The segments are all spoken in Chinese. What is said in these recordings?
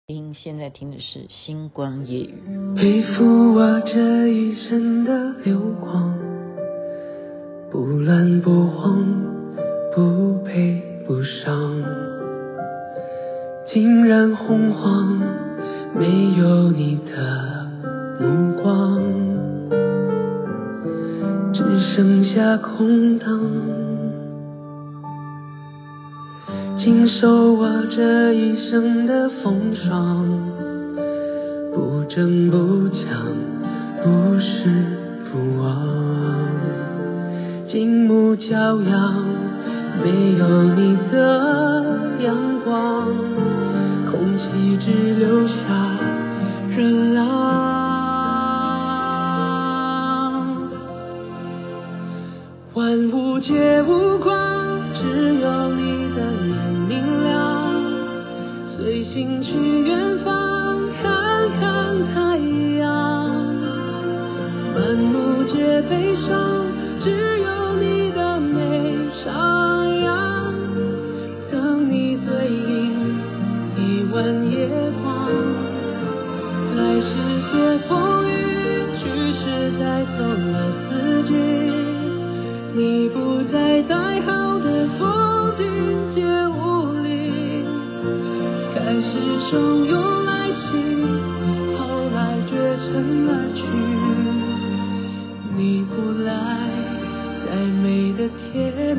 现在听的是星光夜雨。 背负我这一生的流光，不乱不慌，不悲不伤，竟然洪荒，没有你的目光，只剩下空荡。经受我这一生的风霜，不争不抢，不失不忘，静穆骄阳，没有你的阳光，空气只留下热浪。万物皆无光，只有你的眼明亮，随心去远方，看看太阳。满目皆悲伤，只有你的美徜徉，等你对饮一碗夜光。来时携风雨，去时带走了四季，你不在，再好的风景皆无力。开始汹涌来袭，后来绝尘而去。你不来，再美的天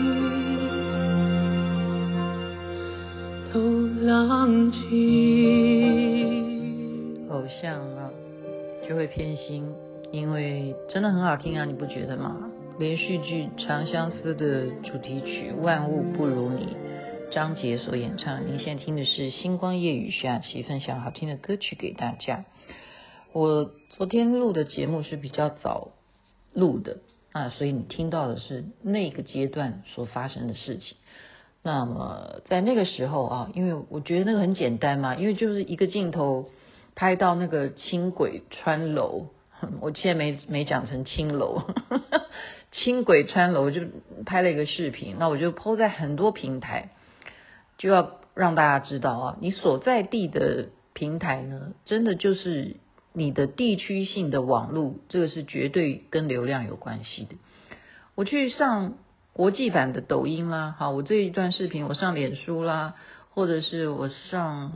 地都浪迹。 偶像啊就会偏心，因为真的很好听啊，你不觉得吗？连续剧《长相思》的主题曲《万物不如你》，张杰所演唱。您现在听的是星光夜雨，徐雅琪分享好听的歌曲给大家。我昨天录的节目是比较早录的所以你听到的是那个阶段所发生的事情。那么在那个时候因为我觉得那个很简单嘛，因为就是一个镜头拍到那个轻轨穿楼，我现在没讲成轻楼轻轨穿楼，就拍了一个视频，那我就 po 在很多平台，就要让大家知道你所在地的平台呢，真的就是你的地区性的网络，这个是绝对跟流量有关系的。我去上国际版的抖音啦，我这一段视频我上脸书啦，或者是我上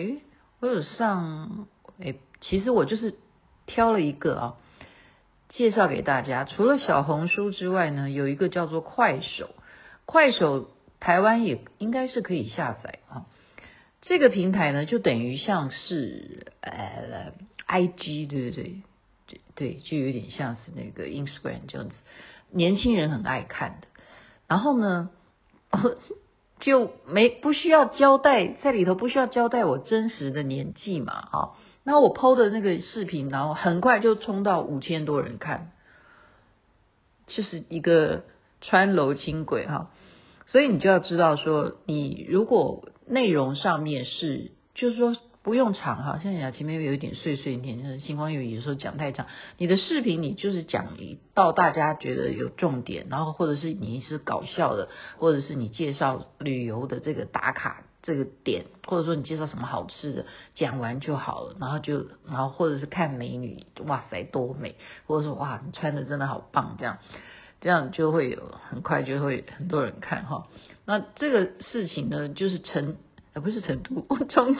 其实我就是挑了一个介绍给大家。除了小红书之外呢，有一个叫做快手，快手台湾也应该是可以下载这个平台呢，就等于像是IG， 对不对？对，就有点像是那个 Instagram 这样子，年轻人很爱看的。然后呢，就不需要交代，在里头不需要交代我真实的年纪嘛那我 PO 的那个视频，然后很快就冲到5000多人看，就是一个穿楼轻轨所以你就要知道说，你如果内容上面是就是说不用长像雅琪妹妹有一点碎碎念，就是星光夜语有时候讲太长，你的视频你就是讲到大家觉得有重点，然后或者是你是搞笑的，或者是你介绍旅游的这个打卡这个点，或者说你介绍什么好吃的，讲完就好了，然后或者是看美女，哇塞多美，或者说哇你穿的真的好棒，这样就会有很快就会很多人看那这个事情呢，就是不是成都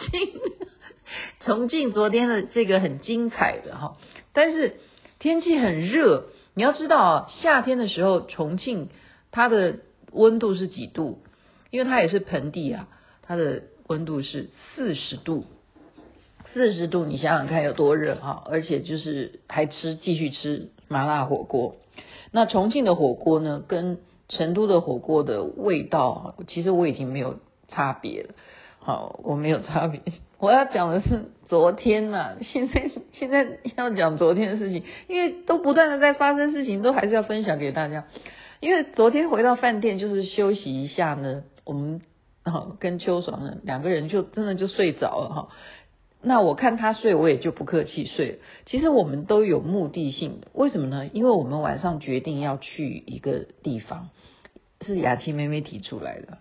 重庆昨天的这个很精彩的但是天气很热，你要知道夏天的时候重庆它的温度是几度？因为它也是盆地它的温度是40度，40度你想想看有多热而且就是还继续吃麻辣火锅。那重庆的火锅呢，跟成都的火锅的味道其实我已经没有差别了我没有差别。我要讲的是昨天现在要讲昨天的事情，因为都不断的在发生事情，都还是要分享给大家。因为昨天回到饭店就是休息一下呢，我们跟秋爽呢两个人就真的就睡着了那我看他睡，我也就不客气睡了。其实我们都有目的性的，为什么呢？因为我们晚上决定要去一个地方，是雅琪妹妹提出来的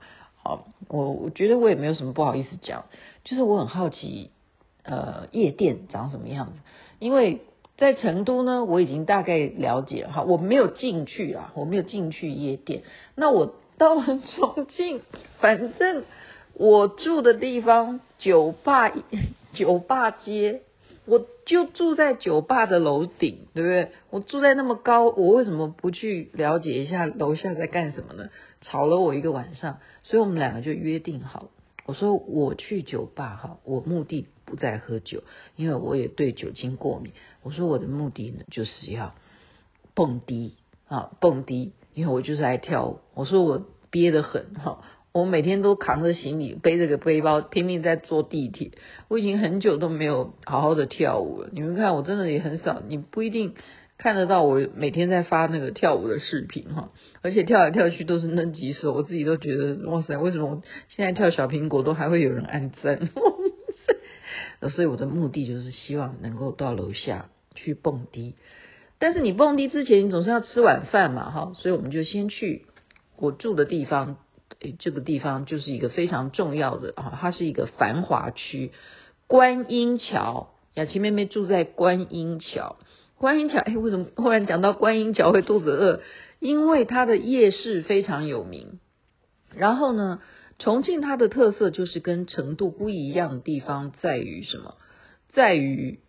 好，我觉得我也没有什么不好意思讲，就是我很好奇夜店长什么样子，因为在成都呢我已经大概了解了哈，我没有进去啊，我没有进去夜店。那我到了重庆，反正我住的地方酒吧街，我就住在酒吧的楼顶，对不对？我住在那么高，我为什么不去了解一下楼下在干什么呢？吵了我一个晚上，所以我们两个就约定好，我说我去酒吧哈，我目的不在喝酒，因为我也对酒精过敏。我说我的目的呢，就是要蹦迪啊，蹦迪，因为我就是爱跳舞。我说我憋得很哈，我每天都扛着行李，背着个背包，拼命在坐地铁。我已经很久都没有好好的跳舞了。你们看，我真的也很少，你不一定看得到我每天在发那个跳舞的视频哈，而且跳来跳去都是嫩几手，我自己都觉得哇塞，为什么我现在跳小苹果都还会有人按赞？所以我的目的就是希望能够到楼下去蹦迪。但是你蹦迪之前，你总是要吃晚饭嘛，哈，所以我们就先去我住的地方。这个地方就是一个非常重要的啊，它是一个繁华区，观音桥。雅琪妹妹住在观音桥，观音桥，为什么忽然讲到观音桥会肚子饿？因为它的夜市非常有名。然后呢，重庆它的特色就是跟成都不一样的地方在于什么？在于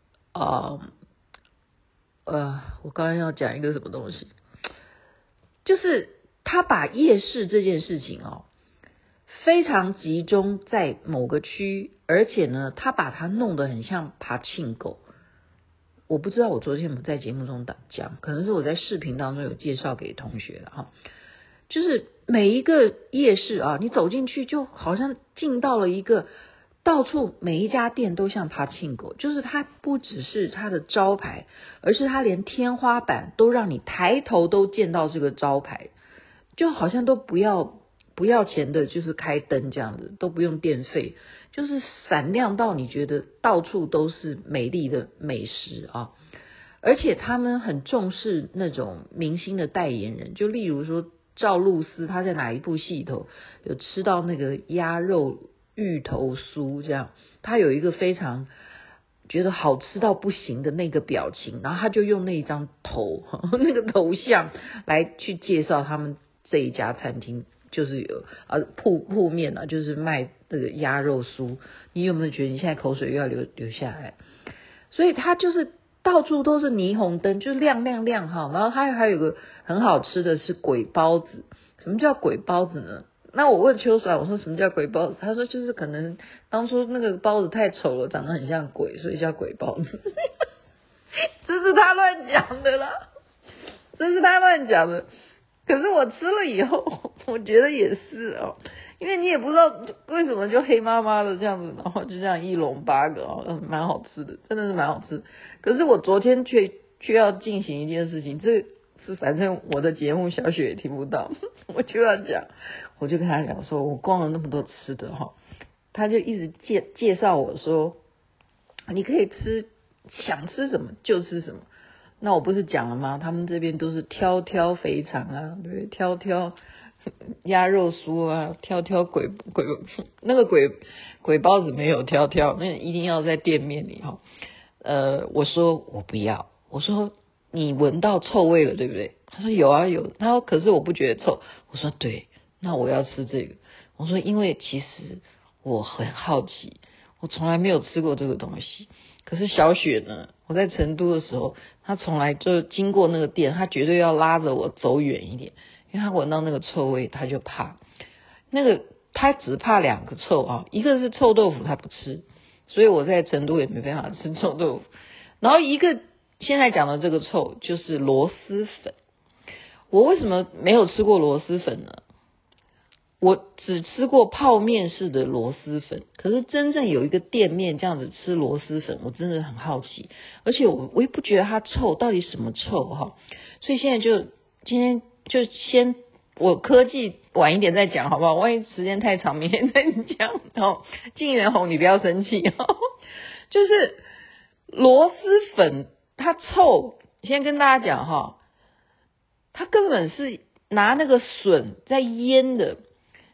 我刚刚要讲一个什么东西，就是他把夜市这件事情非常集中在某个区，而且呢，他把它弄得很像爬庆狗。我不知道我昨天有没有在节目中讲，可能是我在视频当中有介绍给同学的哈。就是每一个夜市啊，你走进去就好像进到了一个到处每一家店都像爬庆狗，就是它不只是它的招牌，而是它连天花板都让你抬头都见到这个招牌，就好像都不要钱的，就是开灯这样子，都不用电费，就是闪亮到你觉得到处都是美丽的美食啊。而且他们很重视那种明星的代言人，就例如说赵露思，她在哪一部戏里头有吃到那个鸭肉芋头酥，这样她有一个非常觉得好吃到不行的那个表情，然后她就用那一张头那个头像来去介绍他们这一家餐厅，就是有铺面啊，就是卖这个鸭肉酥。你有没有觉得你现在口水又要流下来？所以它就是到处都是霓虹灯，就亮亮亮哈。然后还有个很好吃的是鬼包子。什么叫鬼包子呢？那我问秋爽，我说什么叫鬼包子？他说就是可能当初那个包子太丑了，长得很像鬼，所以叫鬼包子。这是他乱讲的啦，这是他乱讲的。可是我吃了以后，我觉得也是因为你也不知道为什么就黑麻麻的这样子，然后就这样一笼8个蛮好吃的，真的是蛮好吃。可是我昨天却要进行一件事情，这是反正我的节目小雪也听不到，我就要讲，我就跟他讲说，我逛了那么多吃的他就一直介绍我说，你可以吃，想吃什么就吃什么。那我不是讲了吗？他们这边都是挑肥肠啊，对不对？挑鸭肉酥啊，挑那个鬼包子没有挑，那一定要在店面里我说我不要，我说你闻到臭味了，对不对？他说有啊有，他说可是我不觉得臭。我说对，那我要吃这个。我说因为其实我很好奇，我从来没有吃过这个东西。可是小雪呢，我在成都的时候，她从来就经过那个店，她绝对要拉着我走远一点，因为她闻到那个臭味，她就怕。那个她只怕2个臭一个是臭豆腐，她不吃，所以我在成都也没办法吃臭豆腐。然后一个现在讲的这个臭就是螺蛳粉。我为什么没有吃过螺蛳粉呢？我只吃过泡面式的螺蛳粉，可是真正有一个店面这样子吃螺蛳粉，我真的很好奇，而且我也不觉得它臭，到底什么臭所以现在今天就先我科技晚一点再讲好不好？万一时间太长，明天再讲晋元红你不要生气就是螺蛳粉它臭，先跟大家讲它根本是拿那个笋在腌的。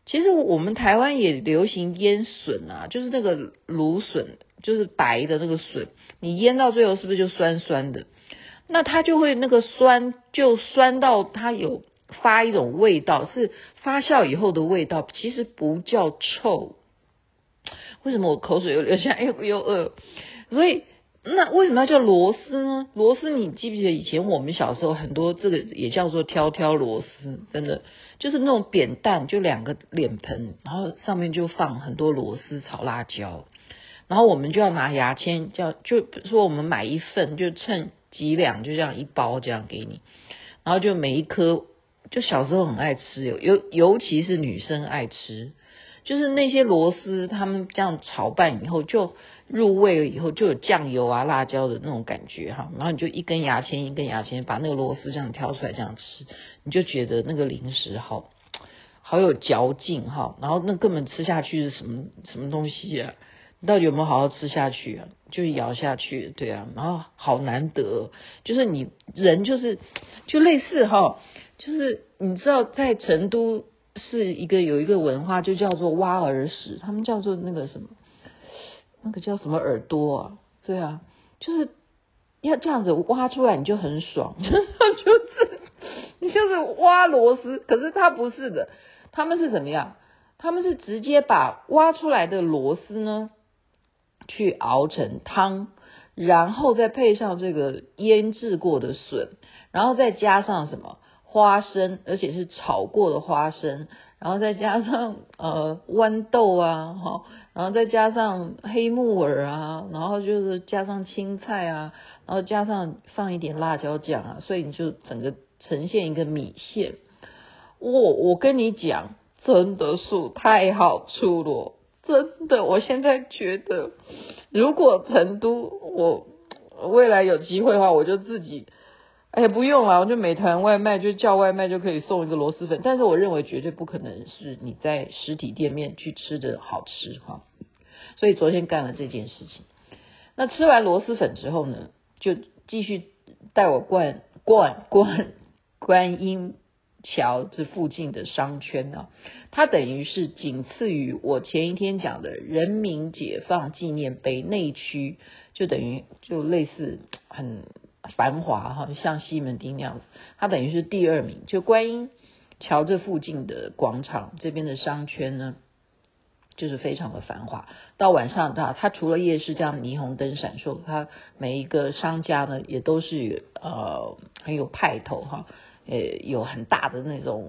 其实我们台湾也流行腌笋啊，就是那个芦笋，就是白的那个笋，你腌到最后是不是就酸酸的？那它就会那个酸，就酸到它有发一种味道，是发酵以后的味道，其实不叫臭。为什么我口水又流下来又饿？所以那为什么要叫螺丝呢？螺丝你记不记得以前我们小时候很多这个也叫做挑挑螺丝，真的就是那种扁担，就2个脸盆，然后上面就放很多螺丝炒辣椒，然后我们就要拿牙签，就说我们买一份，就称几两，就这样一包这样给你，然后就每一颗，就小时候很爱吃，尤其是女生爱吃。就是那些螺丝，他们这样炒拌以后，就入味了以后，就有酱油啊、辣椒的那种感觉哈。然后你就一根牙签一根牙签把那个螺丝这样挑出来这样吃，你就觉得那个零食好有嚼劲哈。然后那根本吃下去是什么东西啊？你到底有没有好好吃下去啊？就咬下去，对啊。然后好难得，就是你人就类似哈，就是你知道在成都。是有一个文化，就叫做挖耳屎，他们叫做那个什么，那个叫什么耳朵啊？对啊，就是要这样子挖出来，你就很爽，你就是挖螺丝，可是它不是的，他们是怎么样？他们是直接把挖出来的螺丝呢，去熬成汤，然后再配上这个腌制过的笋，然后再加上什么？花生，而且是炒过的花生，然后再加上豌豆啊，然后再加上黑木耳啊，然后就是加上青菜啊，然后加上放一点辣椒酱啊，所以你就整个呈现一个米线。我跟你讲，真的是太好吃了，真的，我现在觉得，如果成都我未来有机会的话，我就自己。不用啦，我就美团外卖就叫外卖就可以送一个螺蛳粉，但是我认为绝对不可能是你在实体店面去吃的好吃哈，所以昨天干了这件事情。那吃完螺蛳粉之后呢，就继续带我逛观音桥这附近的商圈啊，它等于是仅次于我前一天讲的人民解放纪念碑内区，就等于就类似很繁华哈，像西门町那样子，它等于是第2名。就观音桥这附近的广场这边的商圈呢，就是非常的繁华。到晚上它除了夜市这样霓虹灯闪烁，它每一个商家呢也都是很有派头哈，有很大的那种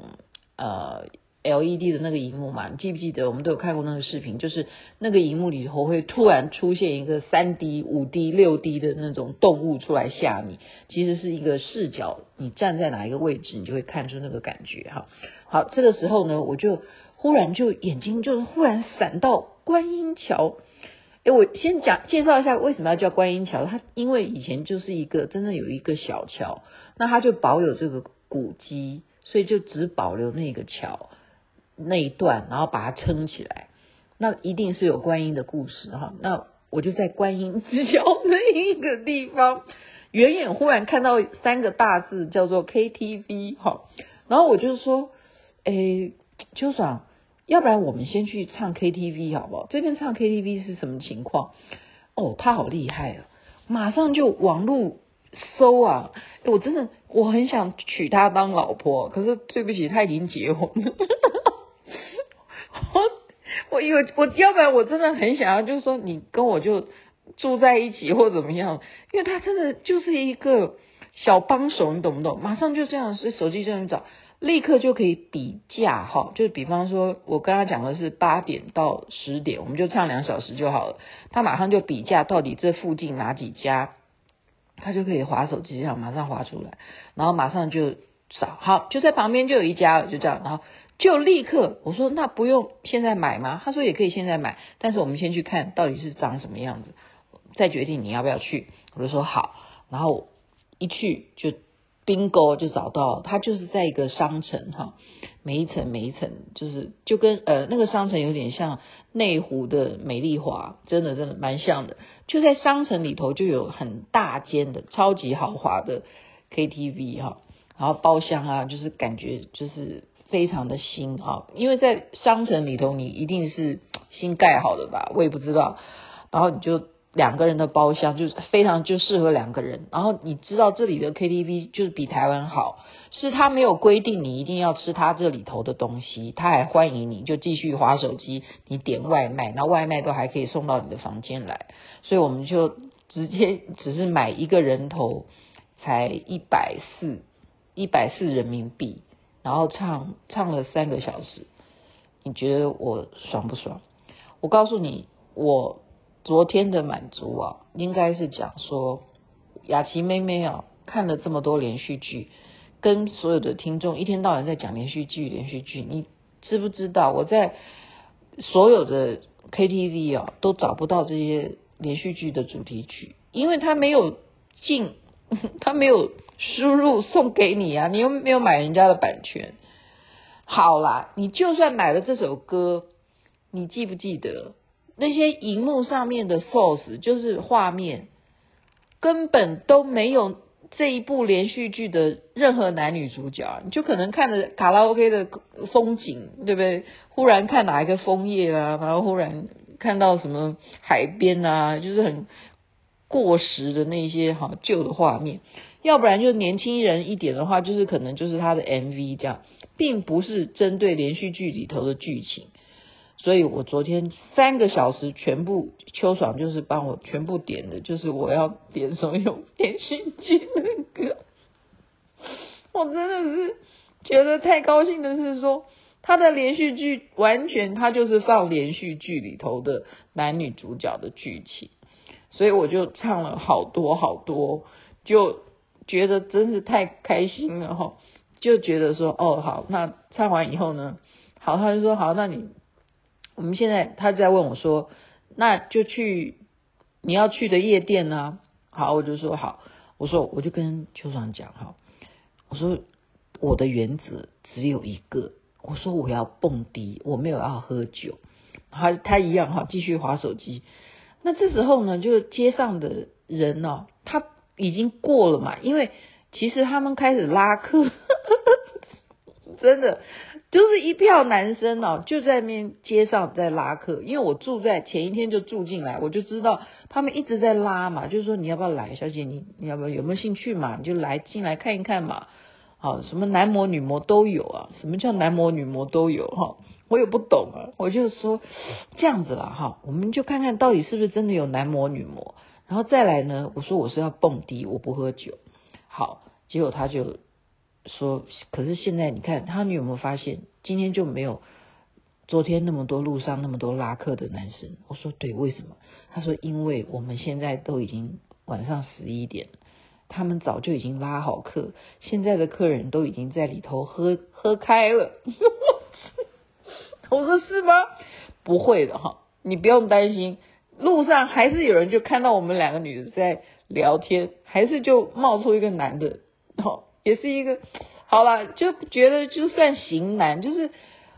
LED 的那个荧幕嘛，你记不记得我们都有看过那个视频，就是那个荧幕里头会突然出现一个3D、5D、6D 的那种动物出来吓你，其实是一个视角，你站在哪一个位置，你就会看出那个感觉哈。好，这个时候呢，我就忽然就眼睛就忽然闪到观音桥。我先介绍一下为什么要叫观音桥，它因为以前就是真的有一个小桥，那它就保有这个古迹，所以就只保留那个桥那一段，然后把它撑起来，那一定是有观音的故事哈。那我就在观音之桥那一个地方，远远忽然看到3个大字叫做 KTV 哈，然后我就说，秋爽，要不然我们先去唱 KTV 好不好？这边唱 KTV 是什么情况？他好厉害啊，马上就网路搜啊，我很想娶她当老婆，可是对不起，她已经结婚了。我要不然我真的很想要，就是说你跟我就住在一起或怎么样，因为他真的就是一个小帮手，你懂不懂？马上就这样，是手机就能找，立刻就可以比价哈，就比方说我跟他讲的是8点到10点，我们就唱2小时就好了，他马上就比价到底这附近哪几家，他就可以滑手机这样马上滑出来，然后马上就找，好，就在旁边就有一家了，就这样，然后就立刻我说那不用现在买吗？他说也可以现在买，但是我们先去看到底是长什么样子，再决定你要不要去。我就说好，然后一去就 bingo 就找到，它就是在一个商城哈，每一层就跟那个商城有点像内湖的美丽华，真的蛮像的。就在商城里头就有很大间的超级豪华的 KTV 哈，然后包厢啊，就是感觉就是非常的新啊，因为在商城里头你一定是新盖好的吧，我也不知道，然后你就2个人的包厢就非常就适合2个人，然后你知道这里的 KTV 就是比台湾好，是他没有规定你一定要吃他这里头的东西，他还欢迎你就继续滑手机，你点外卖，然后外卖都还可以送到你的房间来，所以我们就直接只是买1个人头才140人民币，然后唱了3个小时，你觉得我爽不爽？我告诉你，我昨天的满足啊，应该是讲说雅琪妹妹啊，看了这么多连续剧，跟所有的听众一天到晚在讲连续剧，你知不知道我在所有的 KTV 啊都找不到这些连续剧的主题曲，因为它没有进，它没有输入送给你啊，你又没有买人家的版权。好啦，你就算买了这首歌，你记不记得那些荧幕上面的 source 就是画面根本都没有这一部连续剧的任何男女主角，你就可能看着卡拉 OK 的风景，对不对？忽然看哪一个枫叶啊，然后忽然看到什么海边啊，就是很过时的那些旧的画面，要不然就年轻人一点的话，就是可能就是他的 MV 这样，并不是针对连续剧里头的剧情。所以我昨天3个小时全部秋爽就是帮我全部点的，就是我要点所有连续剧的歌。我真的是觉得太高兴的是说，他的连续剧完全他就是放连续剧里头的男女主角的剧情，所以我就唱了好多，就觉得真是太开心了齁，就觉得说好，那唱完以后呢，好，他就说好，那我们现在他在问我说，那就去你要去的夜店啊。好，我就说好，我就跟邱爽讲我说我的原则只有一个，我说我要蹦迪，我没有要喝酒。他一样继续滑手机。那这时候呢，就街上的人他已经过了嘛，因为其实他们开始拉客真的就是一票男生就在那边街上在拉客，因为我前一天就住进来，我就知道他们一直在拉嘛，就是说你要不要来，小姐你要不要有没有兴趣嘛，你就来进来看一看嘛。好，什么男模女模都有啊，什么叫男模女模都有我也不懂啊，我就说这样子啦我们就看看到底是不是真的有男模女模，然后再来呢，我说我是要蹦迪，我不喝酒。好，结果他就说，可是现在你看你有没有发现今天就没有昨天那么多路上那么多拉客的男生？我说对，为什么？他说因为我们现在都已经晚上11点了，他们早就已经拉好客，现在的客人都已经在里头喝开了。我说是吗？不会的你不用担心，路上还是有人就看到我们2个女的在聊天，还是就冒出一个男的也是一个好啦，就觉得就算型男，就是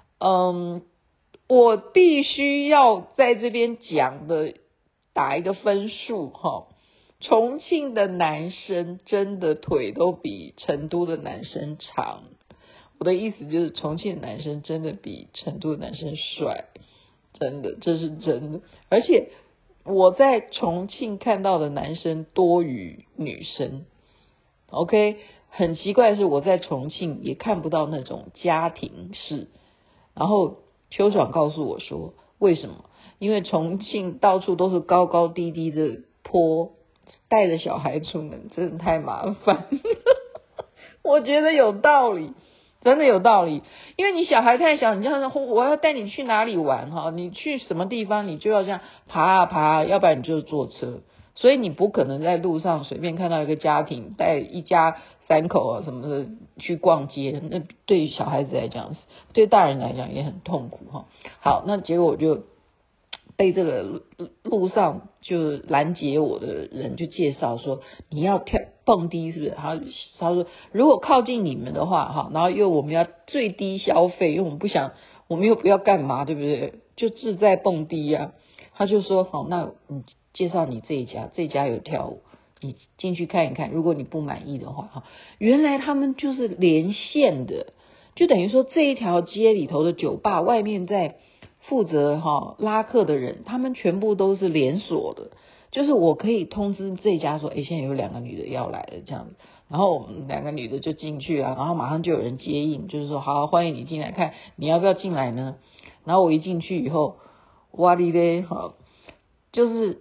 我必须要在这边讲的打一个分数重庆的男生真的腿都比成都的男生长，我的意思就是重庆的男生真的比成都的男生帅，真的，这是真的。而且我在重庆看到的男生多于女生 OK， 很奇怪的是我在重庆也看不到那种家庭式。然后邱爽告诉我说为什么？因为重庆到处都是高高低低的坡，带着小孩出门真的太麻烦我觉得有道理，真的有道理，因为你小孩太小，你这样我要带你去哪里玩你去什么地方你就要这样爬啊爬啊，要不然你就坐车，所以你不可能在路上随便看到一个家庭带一家3口什么的去逛街，那对于小孩子来讲，对大人来讲也很痛苦好，那结果我就被这个路上就拦截我的人就介绍说你要蹦迪是不是？他说如果靠近你们的话然后又我们要最低消费，因为我们又不要干嘛，对不对？就志在蹦迪啊。他就说好，那你介绍你这家有跳舞，你进去看一看，如果你不满意的话原来他们就是连线的， 就等于说这一条街里头的酒吧外面在负责拉客的人，他们全部都是连锁的，就是我可以通知这家说现在有2个女的要来了这样子，然后我们2个女的就进去啊，然后马上就有人接应，就是说好欢迎你进来，看你要不要进来呢。然后我一进去以后，哇哩嘞就是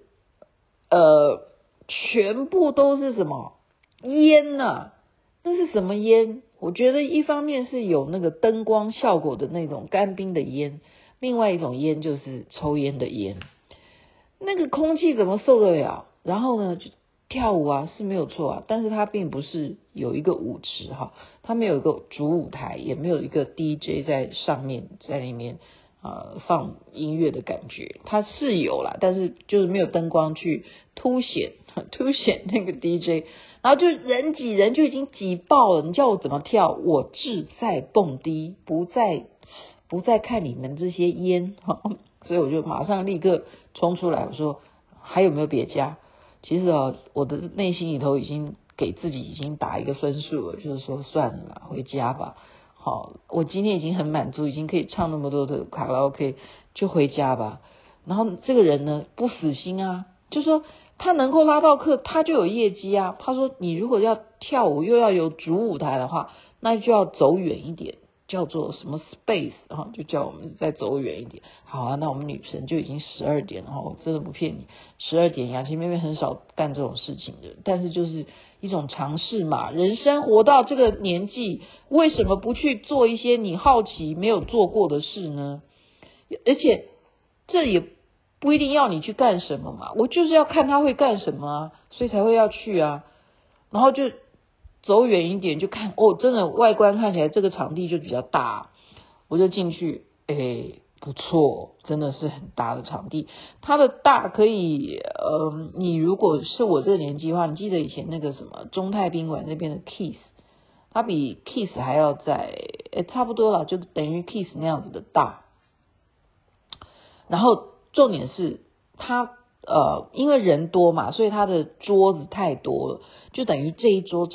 全部都是什么烟啊，那是什么烟？我觉得一方面是有那个灯光效果的那种干冰的烟，另外一种烟就是抽烟的烟，那个空气怎么受得了？然后呢，就跳舞啊是没有错啊，但是它并不是有一个舞池它没有一个主舞台，也没有一个 DJ 在上面在里面放音乐的感觉，它是有啦，但是就是没有灯光去凸显那个 DJ， 然后就人挤人就已经挤爆了，你叫我怎么跳？我志在蹦迪，不再看你们这些烟所以我就马上立刻冲出来，我说还有没有别家？其实我的内心里头已经给自己已经打一个分数了，就是说算了啦，回家吧。我今天已经很满足，已经可以唱那么多的卡拉 OK， 就回家吧。然后这个人呢不死心啊，就说他能够拉到客，他就有业绩啊。他说你如果要跳舞又要有主舞台的话，那就要走远一点，叫做什么 space 就叫我们再走远一点。好啊，那我们女生就已经12点了我真的不骗你，12点雅琪妹妹很少干这种事情的，但是就是一种尝试嘛。人生活到这个年纪，为什么不去做一些你好奇没有做过的事呢？而且这也不一定要你去干什么嘛，我就是要看他会干什么啊，所以才会要去啊。然后就走远一点，就看真的外观看起来这个场地就比较大，我就进去，不错，真的是很大的场地。它的大可以你如果是我这个年纪的话，你记得以前那个什么中泰宾馆那边的 Kiss， 它比 Kiss 还要差不多了，就等于 Kiss 那样子的大。然后重点是它因为人多嘛，所以它的桌子太多了，就等于这一桌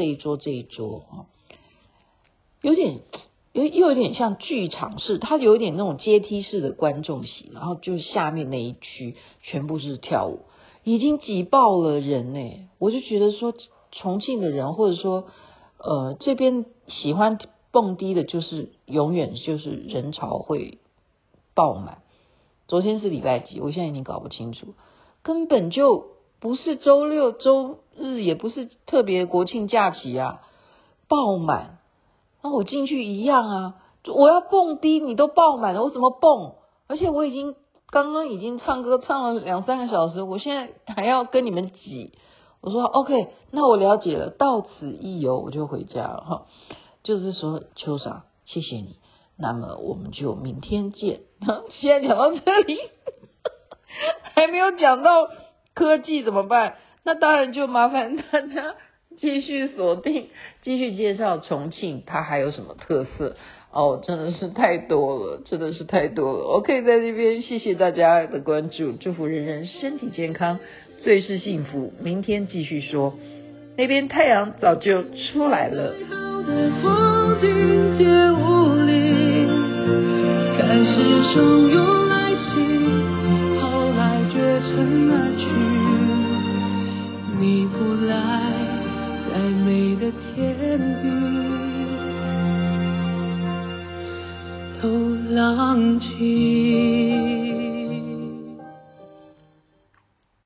又有点像剧场式，它有点那种阶梯式的观众席，然后就下面那一区全部是跳舞，已经挤爆了人呢。我就觉得说重庆的人或者说这边喜欢蹦迪的，就是永远就是人潮会爆满。昨天是礼拜几？我现在已经搞不清楚，根本就不是周六周日，也不是特别国庆假期啊，爆满。那我进去一样啊，我要蹦迪你都爆满了，我怎么蹦？而且我刚刚已经唱歌唱了2-3个小时，我现在还要跟你们挤。我说 OK， 那我了解了，到此一游，我就回家了就是说秋莎，谢谢你，那么我们就明天见。现在讲到这里还没有讲到科技怎么办？那当然就麻烦大家继续锁定，继续介绍重庆它还有什么特色真的是太多了，真的是太多了。OK， 在这边谢谢大家的关注，祝福人人身体健康，最是幸福。明天继续说，那边太阳早就出来了。风景皆无力，开始汹涌